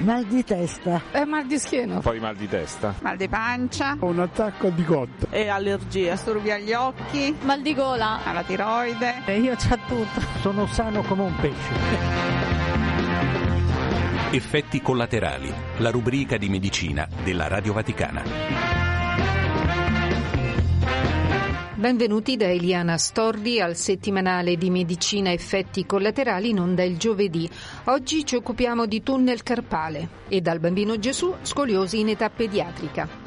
Mal di testa. Mal di schiena. Poi mal di testa. Mal di pancia. Un attacco di cotta. E allergia. Disturbi agli occhi. Mal di gola. Alla tiroide. Io c'ho tutto. Sono sano come un pesce. Effetti collaterali, la rubrica di medicina della Radio Vaticana. Benvenuti da Eliana Stordi al settimanale di medicina effetti collaterali in onda il giovedì. Oggi ci occupiamo di tunnel carpale e dal bambino Gesù scoliosi in età pediatrica.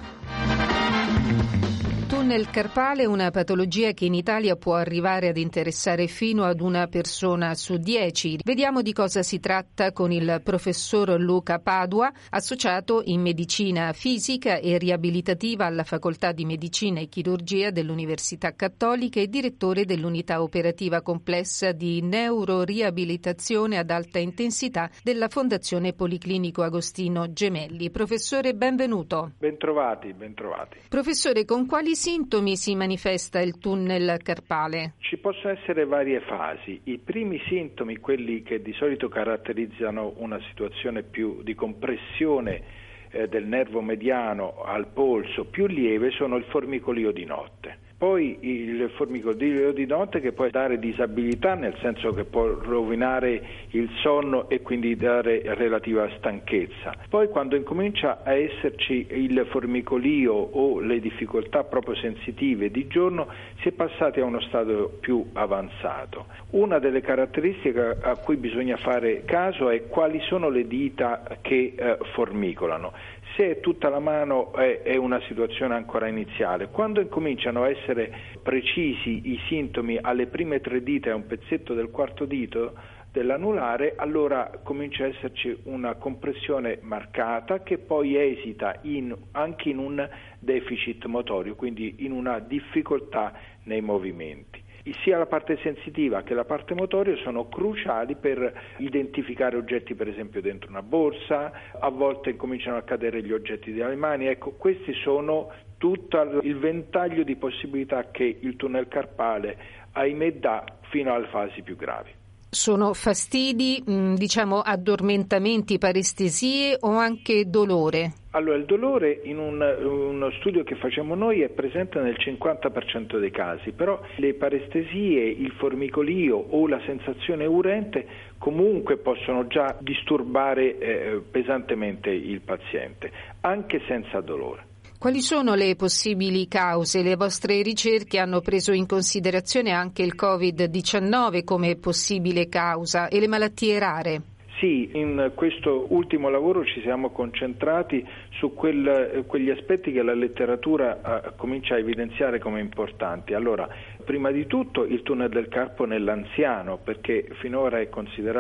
Tunnel carpale è una patologia che in Italia può arrivare ad interessare fino ad una persona su 10. Vediamo di cosa si tratta con il professor Luca Padua, associato in medicina fisica e riabilitativa alla Facoltà di Medicina e Chirurgia dell'Università Cattolica e direttore dell'unità operativa complessa di neuroriabilitazione ad alta intensità della Fondazione Policlinico Agostino Gemelli. Professore, benvenuto. Bentrovati. Professore, con quali sintomi si manifesta il tunnel carpale? Ci possono essere varie fasi. I primi sintomi, quelli che di solito caratterizzano una situazione più di compressione del nervo mediano al polso più lieve, sono il formicolio di notte. Poi il formicolio di notte che può dare disabilità, nel senso che può rovinare il sonno e quindi dare relativa stanchezza. Poi quando incomincia a esserci il formicolio o le difficoltà proprio sensitive di giorno, si è passati a uno stadio più avanzato. Una delle caratteristiche a cui bisogna fare caso è quali sono le dita che formicolano. Se è tutta la mano è una situazione ancora iniziale. Quando incominciano a essere precisi i sintomi alle prime 3 dita e un pezzetto del quarto dito dell'anulare, allora comincia a esserci una compressione marcata che poi esita anche in un deficit motorio, quindi in una difficoltà nei movimenti. Sia la parte sensitiva che la parte motoria sono cruciali per identificare oggetti, per esempio dentro una borsa, a volte cominciano a cadere gli oggetti dalle mani. Ecco, questi sono tutto il ventaglio di possibilità che il tunnel carpale, ahimè, dà fino alle fasi più gravi. Sono fastidi, addormentamenti, parestesie o anche dolore? Allora, il dolore in uno studio che facciamo noi è presente nel 50% dei casi, però le parestesie, il formicolio o la sensazione urente comunque possono già disturbare pesantemente il paziente, anche senza dolore. Quali sono le possibili cause? Le vostre ricerche hanno preso in considerazione anche il Covid-19 come possibile causa e le malattie rare? Sì, in questo ultimo lavoro ci siamo concentrati su quegli aspetti che la letteratura comincia a evidenziare come importanti. Allora, prima di tutto il tunnel del carpo nell'anziano, perché finora è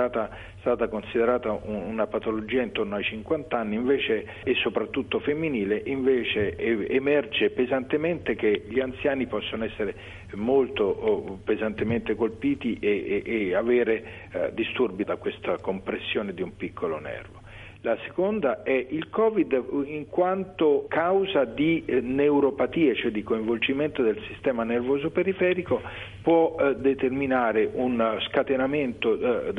stata considerata una patologia intorno ai 50 anni, invece, e soprattutto femminile, invece emerge pesantemente che gli anziani possono essere molto pesantemente colpiti e avere disturbi da questa compressione di un piccolo nervo. La seconda è il Covid in quanto causa di neuropatie, cioè di coinvolgimento del sistema nervoso periferico, può determinare un scatenamento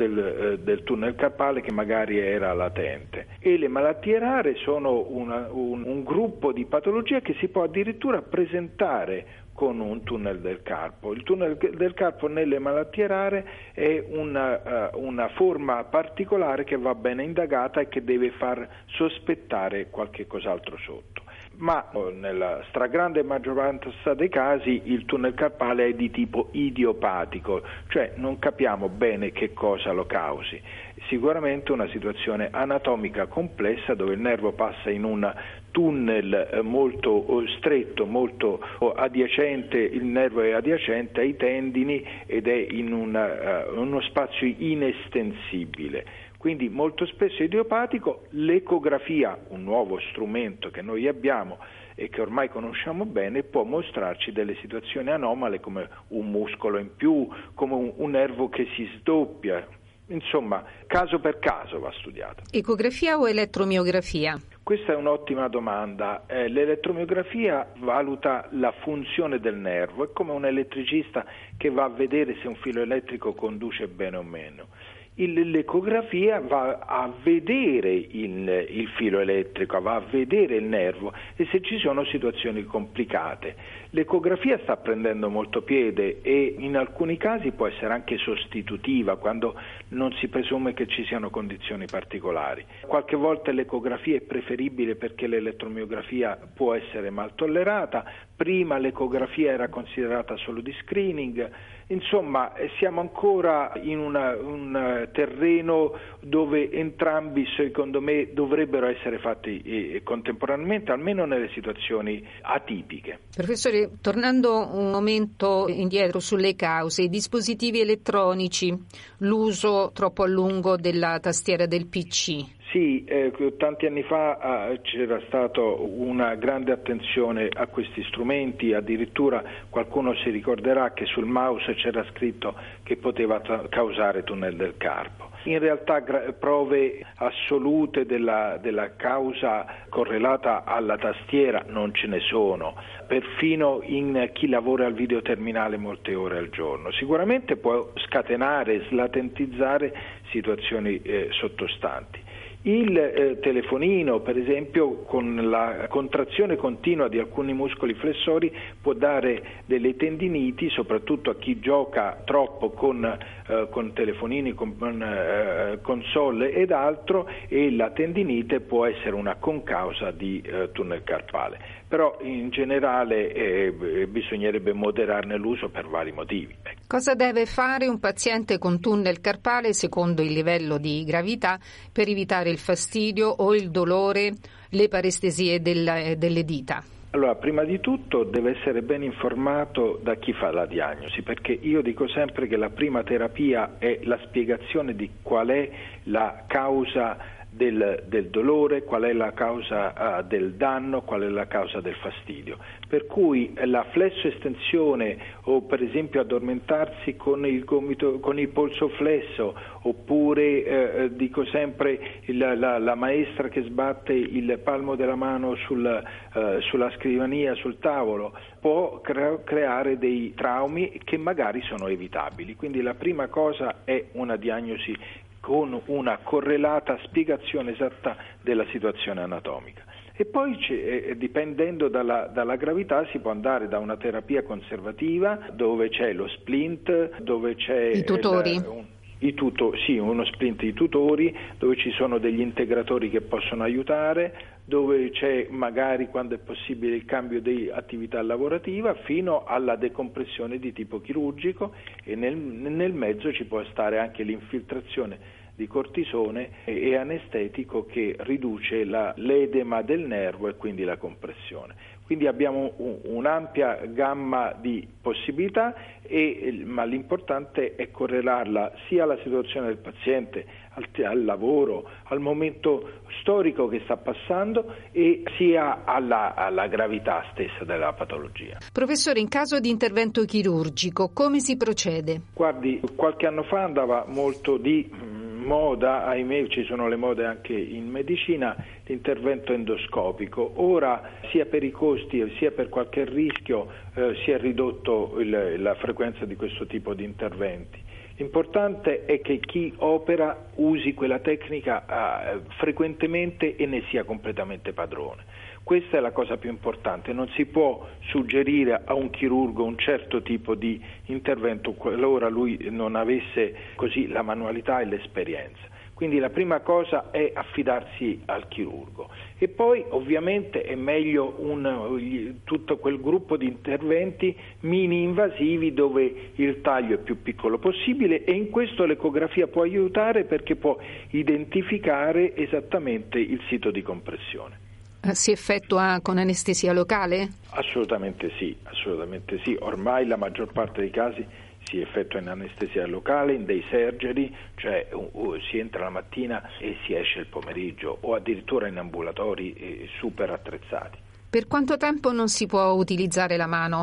del tunnel carpale che magari era latente. E le malattie rare sono un gruppo di patologie che si può addirittura presentare con un tunnel del carpo. Il tunnel del carpo nelle malattie rare è una forma particolare che va bene indagata e che deve far sospettare qualche cos'altro sotto. Ma nella stragrande maggioranza dei casi il tunnel carpale è di tipo idiopatico, cioè non capiamo bene che cosa lo causi. Sicuramente una situazione anatomica complessa dove il nervo passa in un tunnel molto stretto, molto adiacente, il nervo è adiacente ai tendini ed è in uno spazio inestensibile. Quindi molto spesso idiopatico. L'ecografia, un nuovo strumento che noi abbiamo e che ormai conosciamo bene, può mostrarci delle situazioni anomale come un muscolo in più, come un nervo che si sdoppia. Insomma, caso per caso va studiato. Ecografia o elettromiografia? Questa è un'ottima domanda. L'elettromiografia valuta la funzione del nervo, è come un elettricista che va a vedere se un filo elettrico conduce bene o meno. L'ecografia va a vedere il filo elettrico, va a vedere il nervo e se ci sono situazioni complicate. L'ecografia sta prendendo molto piede e in alcuni casi può essere anche sostitutiva quando non si presume che ci siano condizioni particolari. Qualche volta l'ecografia è preferibile perché l'elettromiografia può essere mal tollerata, prima l'ecografia era considerata solo di screening. Insomma, siamo ancora in un terreno dove entrambi, secondo me, dovrebbero essere fatti contemporaneamente, almeno nelle situazioni atipiche. Professore, tornando un momento indietro sulle cause, i dispositivi elettronici, l'uso troppo a lungo della tastiera del PC. Sì, tanti anni fa c'era stata una grande attenzione a questi strumenti, addirittura qualcuno si ricorderà che sul mouse c'era scritto che poteva causare tunnel del carpo. In realtà prove assolute della causa correlata alla tastiera non ce ne sono, perfino in chi lavora al videoterminale molte ore al giorno. Sicuramente può scatenare, slatentizzare situazioni sottostanti. Il telefonino, per esempio, con la contrazione continua di alcuni muscoli flessori può dare delle tendiniti, soprattutto a chi gioca troppo con telefonini, con console ed altro, e la tendinite può essere una concausa di tunnel carpale. Però in generale bisognerebbe moderarne l'uso per vari motivi. Cosa deve fare un paziente con tunnel carpale secondo il livello di gravità per evitare il fastidio o il dolore, le parestesie delle dita? Allora, prima di tutto deve essere ben informato da chi fa la diagnosi, perché io dico sempre che la prima terapia è la spiegazione di qual è la causa del dolore, qual è la causa del danno, qual è la causa del fastidio. Per cui la flesso-estensione o per esempio addormentarsi con il gomito, con il polso flesso, oppure dico sempre la maestra che sbatte il palmo della mano sulla scrivania, sul tavolo, può creare dei traumi che magari sono evitabili. Quindi la prima cosa è una diagnosi con una correlata spiegazione esatta della situazione anatomica. E poi dipendendo dalla gravità si può andare da una terapia conservativa dove c'è lo splint, dove c'è i tutori. Uno splint di tutori, dove ci sono degli integratori che possono aiutare, dove c'è magari, quando è possibile, il cambio di attività lavorativa, fino alla decompressione di tipo chirurgico, e nel mezzo ci può stare anche l'infiltrazione di cortisone e anestetico che riduce l'edema del nervo e quindi la compressione. Quindi abbiamo un'ampia gamma di possibilità, ma l'importante è correlarla sia alla situazione del paziente, al lavoro, al momento storico che sta passando e sia alla gravità stessa della patologia. Professore, in caso di intervento chirurgico come si procede? Guardi, qualche anno fa andava molto di moda, ahimè ci sono le mode anche in medicina, l'intervento endoscopico. Ora sia per i costi sia per qualche rischio si è ridotto la frequenza di questo tipo di interventi. L'importante è che chi opera usi quella tecnica frequentemente e ne sia completamente padrone. Questa è la cosa più importante, non si può suggerire a un chirurgo un certo tipo di intervento qualora lui non avesse così la manualità e l'esperienza. Quindi la prima cosa è affidarsi al chirurgo e poi ovviamente è meglio tutto quel gruppo di interventi mini invasivi dove il taglio è più piccolo possibile, e in questo l'ecografia può aiutare perché può identificare esattamente il sito di compressione. Si effettua con anestesia locale? Assolutamente sì. Ormai la maggior parte dei casi si effettua in anestesia locale, in day surgery, cioè si entra la mattina e si esce il pomeriggio, o addirittura in ambulatori super attrezzati. Per quanto tempo non si può utilizzare la mano?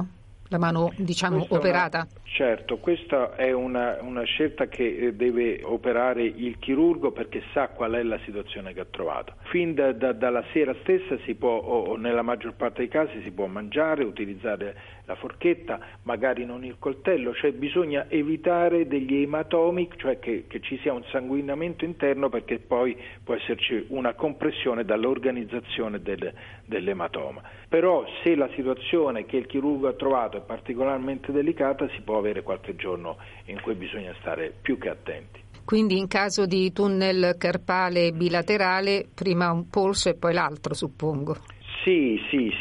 la mano operata? Certo, questa è una scelta che deve operare il chirurgo perché sa qual è la situazione che ha trovato. Fin dalla sera stessa si può, o nella maggior parte dei casi, si può mangiare, utilizzare la forchetta, magari non il coltello, cioè bisogna evitare degli ematomi, cioè che ci sia un sanguinamento interno, perché poi può esserci una compressione dall'organizzazione dell'ematoma. Però se la situazione che il chirurgo ha trovato è particolarmente delicata, si può avere qualche giorno in cui bisogna stare più che attenti. Quindi in caso di tunnel carpale bilaterale, prima un polso e poi l'altro, suppongo. Sì,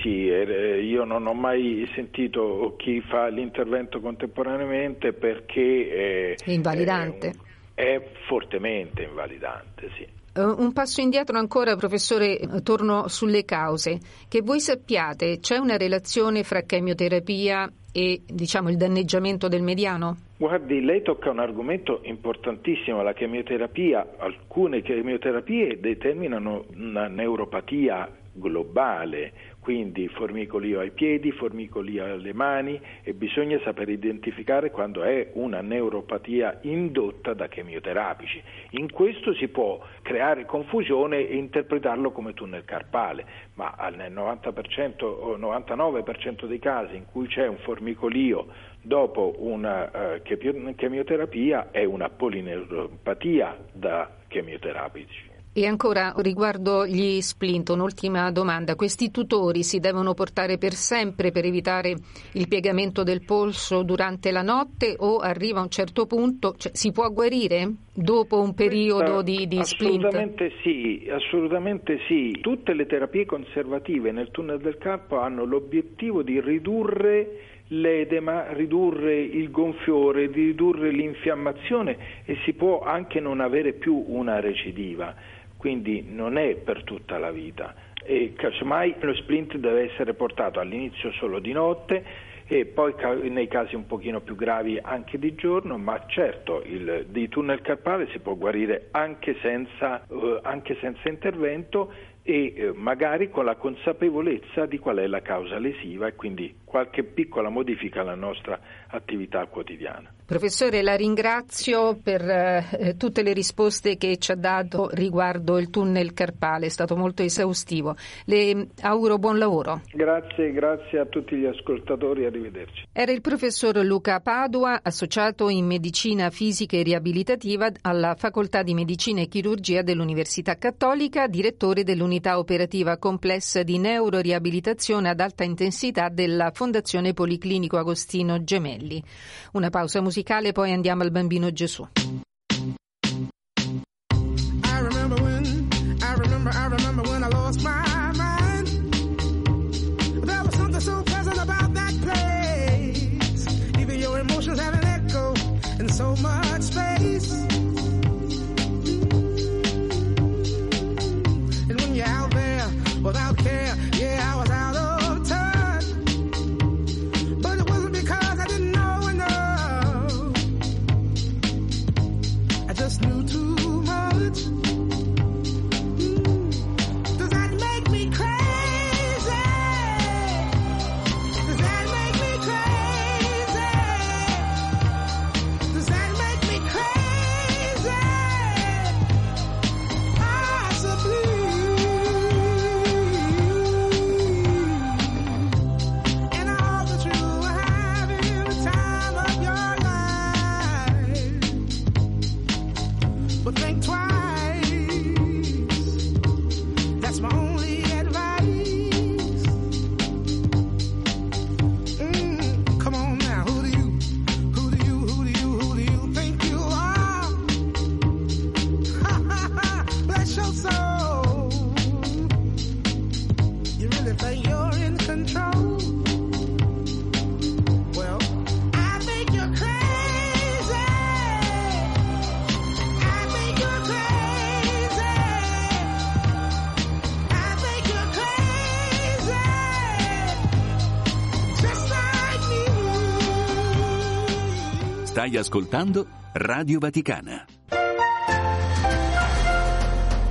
io non ho mai sentito chi fa l'intervento contemporaneamente perché è invalidante. È fortemente invalidante, sì. Un passo indietro ancora, professore, torno sulle cause. Che voi sappiate, c'è una relazione fra chemioterapia e il danneggiamento del mediano? Guardi, lei tocca un argomento importantissimo, la chemioterapia. Alcune chemioterapie determinano una neuropatia globale, quindi formicolio ai piedi, formicolio alle mani, e bisogna saper identificare quando è una neuropatia indotta da chemioterapici. In questo si può creare confusione e interpretarlo come tunnel carpale, ma nel 90% o 99% dei casi in cui c'è un formicolio dopo una chemioterapia è una polineuropatia da chemioterapici. E ancora riguardo gli splint, un'ultima domanda: questi tutori si devono portare per sempre per evitare il piegamento del polso durante la notte, o arriva a un certo punto, si può guarire dopo un periodo di splint? Assolutamente sì. Tutte le terapie conservative nel tunnel del carpo hanno l'obiettivo di ridurre l'edema, ridurre il gonfiore, di ridurre l'infiammazione, e si può anche non avere più una recidiva. Quindi non è per tutta la vita, e casomai lo splint deve essere portato all'inizio solo di notte e poi nei casi un pochino più gravi anche di giorno, ma certo di tunnel carpale si può guarire anche senza intervento, e magari con la consapevolezza di qual è la causa lesiva e quindi qualche piccola modifica alla nostra attività quotidiana. Professore, la ringrazio per tutte le risposte che ci ha dato riguardo il tunnel carpale, è stato molto esaustivo. Le auguro buon lavoro. Grazie a tutti gli ascoltatori, arrivederci. Era il professor Luca Padua, associato in medicina fisica e riabilitativa alla Facoltà di Medicina e Chirurgia dell'Università Cattolica, direttore dell'unità operativa complessa di neuroriabilitazione ad alta intensità della Fondazione Policlinico Agostino Gemelli. Una pausa musicale, poi andiamo al Bambino Gesù. I remember when I lost my mind. There was something so pleasant about that place. Even your emotions have an echo in so much space. And when you're out there without care, yeah, I was out of touch. But it wasn't because I didn't know enough. I just knew too much. Does that make me crazy? Does that make me crazy? Does that make me crazy? Possibly. And I hope that you are having the time of your life. But think twice. That's my only advice. Come on now, who do you think you are? Bless your soul. You really think you're in control? Well, I think you're crazy. I think you're crazy. I think you're crazy. Just like me. Stai ascoltando Radio Vaticana.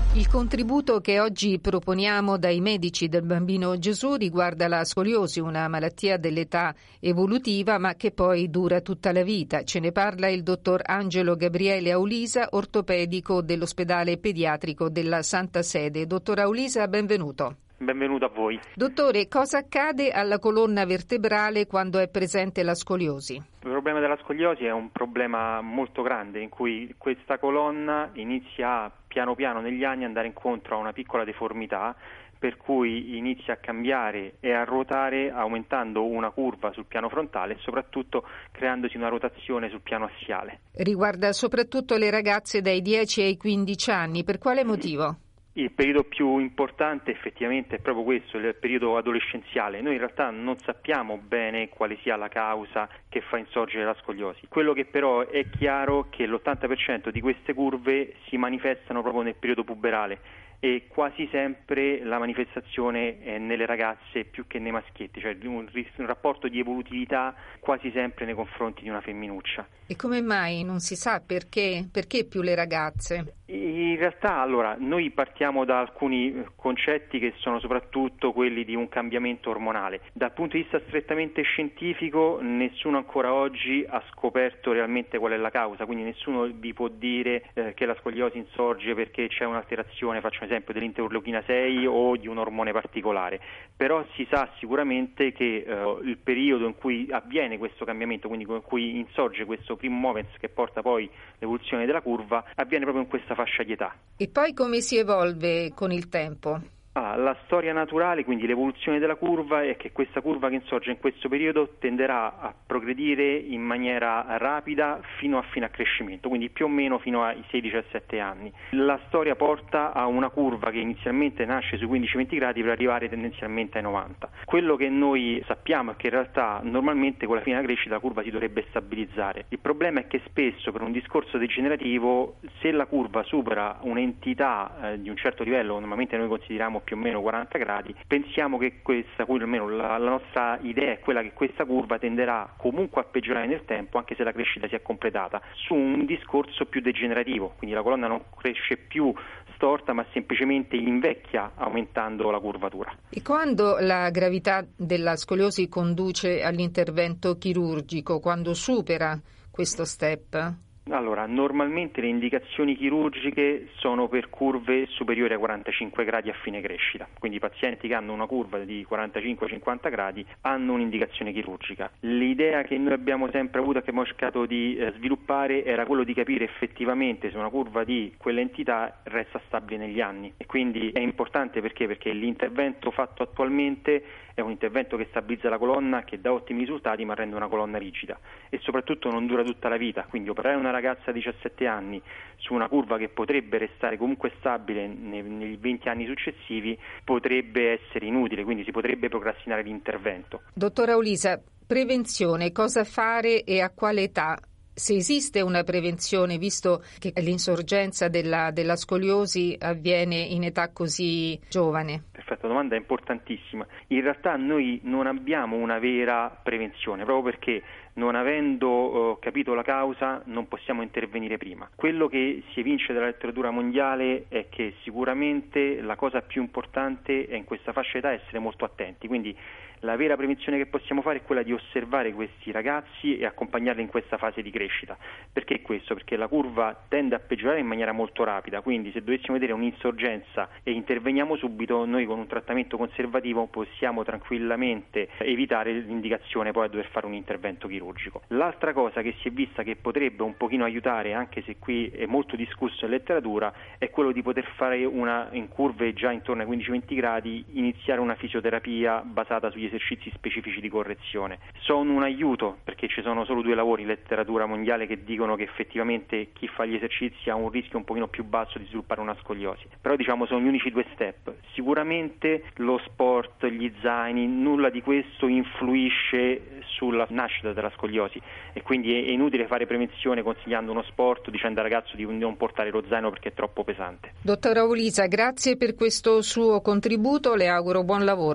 Il contributo che oggi proponiamo dai medici del Bambino Gesù riguarda la scoliosi, una malattia dell'età evolutiva ma che poi dura tutta la vita. Ce ne parla il dottor Angelo Gabriele Aulisa, ortopedico dell'ospedale pediatrico della Santa Sede. Dottor Aulisa, benvenuto. Benvenuto a voi. Dottore, cosa accade alla colonna vertebrale quando è presente la scoliosi? Il problema della scoliosi è un problema molto grande in cui questa colonna inizia piano piano negli anni andare incontro a una piccola deformità, per cui inizia a cambiare e a ruotare aumentando una curva sul piano frontale e soprattutto creandosi una rotazione sul piano assiale. Riguarda soprattutto le ragazze dai 10 ai 15 anni, per quale motivo? Il periodo più importante effettivamente è proprio questo, il periodo adolescenziale. Noi in realtà non sappiamo bene quale sia la causa che fa insorgere la scoliosi. Quello che però è chiaro è che l'80% di queste curve si manifestano proprio nel periodo puberale e quasi sempre la manifestazione è nelle ragazze più che nei maschietti, cioè un rapporto di evolutività quasi sempre nei confronti di una femminuccia. E come mai non si sa perché? Perché più le ragazze? In realtà, allora, noi partiamo da alcuni concetti che sono soprattutto quelli di un cambiamento ormonale. Dal punto di vista strettamente scientifico, nessuno ancora oggi ha scoperto realmente qual è la causa, quindi nessuno vi può dire che la scoliosi insorge perché c'è un'alterazione, faccio un esempio, dell'interleuchina 6 o di un ormone particolare. Però si sa sicuramente che il periodo in cui avviene questo cambiamento, quindi in cui insorge questo primo movens che porta poi l'evoluzione della curva, avviene proprio in questa fascia di età. E poi come si evolve con il tempo? La storia naturale, quindi l'evoluzione della curva, è che questa curva che insorge in questo periodo tenderà a progredire in maniera rapida fino a crescimento, quindi più o meno fino ai 16-17 anni. La storia porta a una curva che inizialmente nasce sui 15-20 gradi per arrivare tendenzialmente ai 90. Quello che noi sappiamo è che in realtà normalmente con la fine della crescita la curva si dovrebbe stabilizzare. Il problema è che spesso per un discorso degenerativo, se la curva supera un'entità di un certo livello, normalmente noi consideriamo più o meno 40 gradi, pensiamo che questa, almeno la nostra idea è quella che questa curva tenderà comunque a peggiorare nel tempo, anche se la crescita si è completata, su un discorso più degenerativo, quindi la colonna non cresce più storta ma semplicemente invecchia aumentando la curvatura. E quando la gravità della scoliosi conduce all'intervento chirurgico, quando supera questo step? Allora, normalmente le indicazioni chirurgiche sono per curve superiori a 45 gradi a fine crescita, quindi i pazienti che hanno una curva di 45-50 gradi hanno un'indicazione chirurgica. L'idea che noi abbiamo sempre avuto e che abbiamo cercato di sviluppare era quello di capire effettivamente se una curva di quell'entità resta stabile negli anni, e quindi è importante perché l'intervento fatto attualmente è un intervento che stabilizza la colonna, che dà ottimi risultati ma rende una colonna rigida e soprattutto non dura tutta la vita, quindi operare una ragazza di 17 anni su una curva che potrebbe restare comunque stabile nei 20 anni successivi potrebbe essere inutile, quindi si potrebbe procrastinare l'intervento. Dottora Aulisa, prevenzione, cosa fare e a quale età? Se esiste una prevenzione, visto che l'insorgenza della scoliosi avviene in età così giovane? Perfetto, domanda importantissima. In realtà noi non abbiamo una vera prevenzione, proprio perché non avendo capito la causa non possiamo intervenire prima. Quello che si evince dalla letteratura mondiale è che sicuramente la cosa più importante è in questa fascia d'età essere molto attenti, quindi la vera prevenzione che possiamo fare è quella di osservare questi ragazzi e accompagnarli in questa fase di crescita. Perché questo? Perché la curva tende a peggiorare in maniera molto rapida, quindi se dovessimo vedere un'insorgenza e interveniamo subito, noi con un trattamento conservativo possiamo tranquillamente evitare l'indicazione poi a dover fare un intervento chirurgico. L'altra cosa che si è vista che potrebbe un pochino aiutare, anche se qui è molto discusso in letteratura, è quello di poter fare in curve già intorno ai 15-20 gradi, iniziare una fisioterapia basata sugli esercizi specifici di correzione. Sono un aiuto perché ci sono solo 2 lavori in letteratura mondiale che dicono che effettivamente chi fa gli esercizi ha un rischio un pochino più basso di sviluppare una scoliosi, però diciamo sono gli unici 2 step. Sicuramente lo sport, gli zaini, nulla di questo influisce sulla nascita della scoliosi e quindi è inutile fare prevenzione consigliando uno sport, dicendo al ragazzo di non portare lo zaino perché è troppo pesante. Dottora Aulisa, grazie per questo suo contributo, le auguro buon lavoro.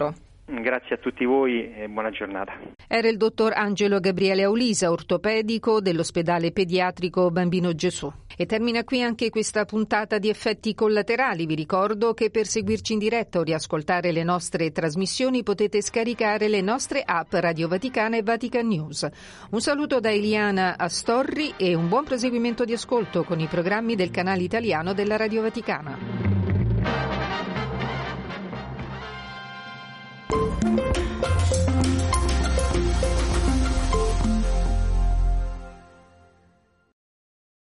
Grazie a tutti voi e buona giornata. Era il dottor Angelo Gabriele Aulisa, ortopedico dell'ospedale pediatrico Bambino Gesù. E termina qui anche questa puntata di Effetti Collaterali. Vi ricordo che per seguirci in diretta o riascoltare le nostre trasmissioni potete scaricare le nostre app Radio Vaticana e Vatican News. Un saluto da Eliana Astorri e un buon proseguimento di ascolto con i programmi del canale italiano della Radio Vaticana.